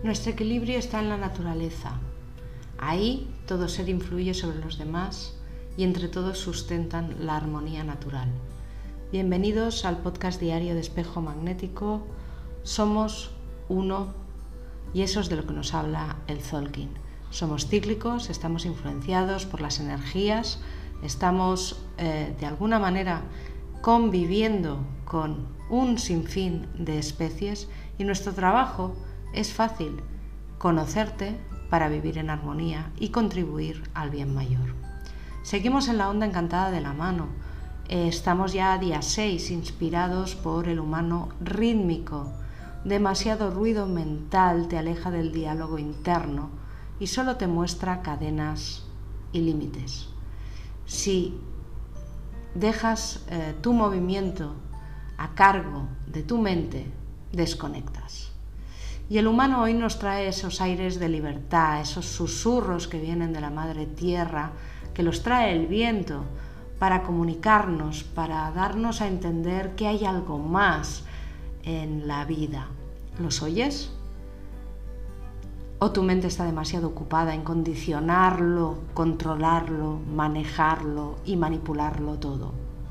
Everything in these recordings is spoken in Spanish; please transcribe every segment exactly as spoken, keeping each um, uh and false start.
Nuestro equilibrio está en la naturaleza. Ahí todo ser influye sobre los demás y entre todos sustentan la armonía natural. Bienvenidos al podcast diario de Espejo Magnético. Somos uno y eso es de lo que nos habla el Tzolk'in. Somos cíclicos, estamos influenciados por las energías, estamos eh, de alguna manera conviviendo con un sinfín de especies y nuestro trabajo es fácil: conocerte para vivir en armonía y contribuir al bien mayor. Seguimos en la onda encantada de la mano. Eh, estamos ya a día seis, inspirados por el humano rítmico. Demasiado ruido mental te aleja del diálogo interno y solo te muestra cadenas y límites. Si dejas eh, tu movimiento a cargo de tu mente, desconectas. Y el humano hoy nos trae esos aires de libertad, esos susurros que vienen de la madre tierra, que los trae el viento para comunicarnos, para darnos a entender que hay algo más en la vida. ¿Los oyes? ¿O tu mente está demasiado ocupada en condicionarlo, controlarlo, manejarlo y manipularlo todo?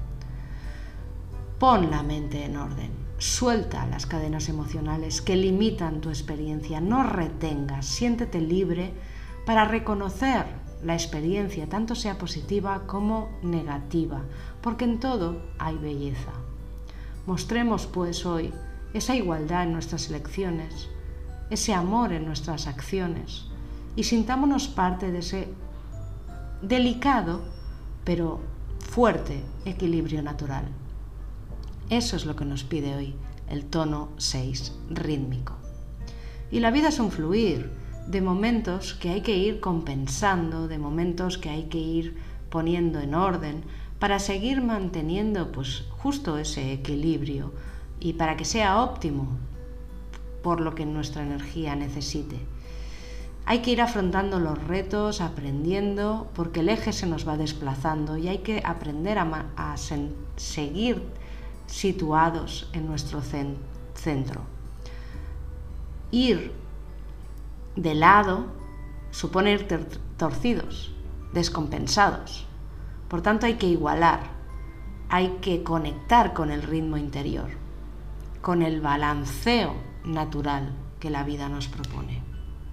Pon la mente en orden, suelta las cadenas emocionales que limitan tu experiencia, no retengas, siéntete libre para reconocer la experiencia, tanto sea positiva como negativa, porque en todo hay belleza. Mostremos pues hoy esa igualdad en nuestras elecciones, ese amor en nuestras acciones y sintámonos parte de ese delicado pero fuerte equilibrio natural. Eso es lo que nos pide hoy el tono seis rítmico. Y la vida es un fluir de momentos que hay que ir compensando, de momentos que hay que ir poniendo en orden para seguir manteniendo pues justo ese equilibrio y para que sea óptimo por lo que nuestra energía necesite. Hay que ir afrontando los retos, aprendiendo, porque el eje se nos va desplazando y hay que aprender a, a seguir situados en nuestro centro. Ir de lado supone ir torcidos, descompensados. Por tanto, hay que igualar, hay que conectar con el ritmo interior, con el balanceo natural que la vida nos propone.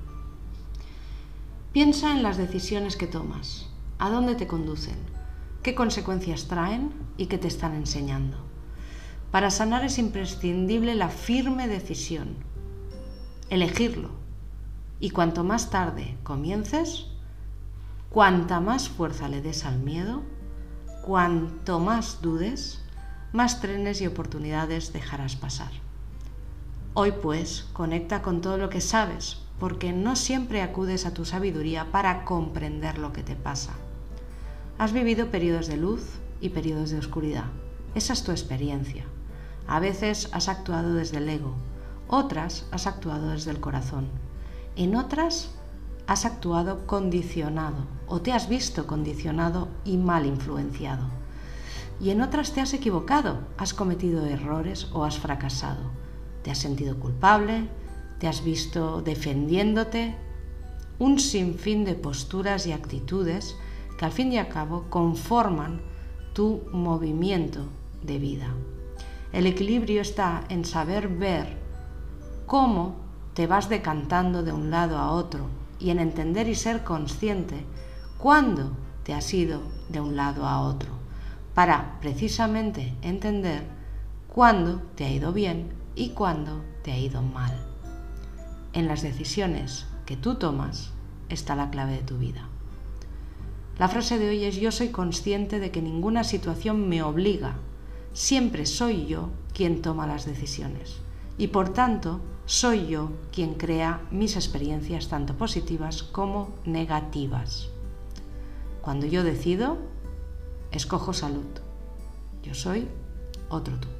Piensa en las decisiones que tomas, a dónde te conducen, qué consecuencias traen y qué te están enseñando. Para sanar es imprescindible la firme decisión, elegirlo. Y cuanto más tarde comiences, cuanta más fuerza le des al miedo, cuanto más dudes, más trenes y oportunidades dejarás pasar. Hoy pues conecta con todo lo que sabes, porque no siempre acudes a tu sabiduría para comprender lo que te pasa. Has vivido periodos de luz y periodos de oscuridad. Esa es tu experiencia. A veces has actuado desde el ego, otras has actuado desde el corazón. En otras has actuado condicionado o te has visto condicionado y mal influenciado. Y en otras te has equivocado, has cometido errores o has fracasado. Te has sentido culpable, te has visto defendiéndote. Un sinfín de posturas y actitudes que al fin y al cabo conforman tu movimiento de vida. El equilibrio está en saber ver cómo te vas decantando de un lado a otro y en entender y ser consciente cuándo te has ido de un lado a otro, para precisamente entender cuándo te ha ido bien y cuándo te ha ido mal. En las decisiones que tú tomas está la clave de tu vida. La frase de hoy es: yo soy consciente de que ninguna situación me obliga. Siempre soy yo quien toma las decisiones y por tanto soy yo quien crea mis experiencias tanto positivas como negativas. Cuando yo decido, escojo salud. Yo soy otro tú.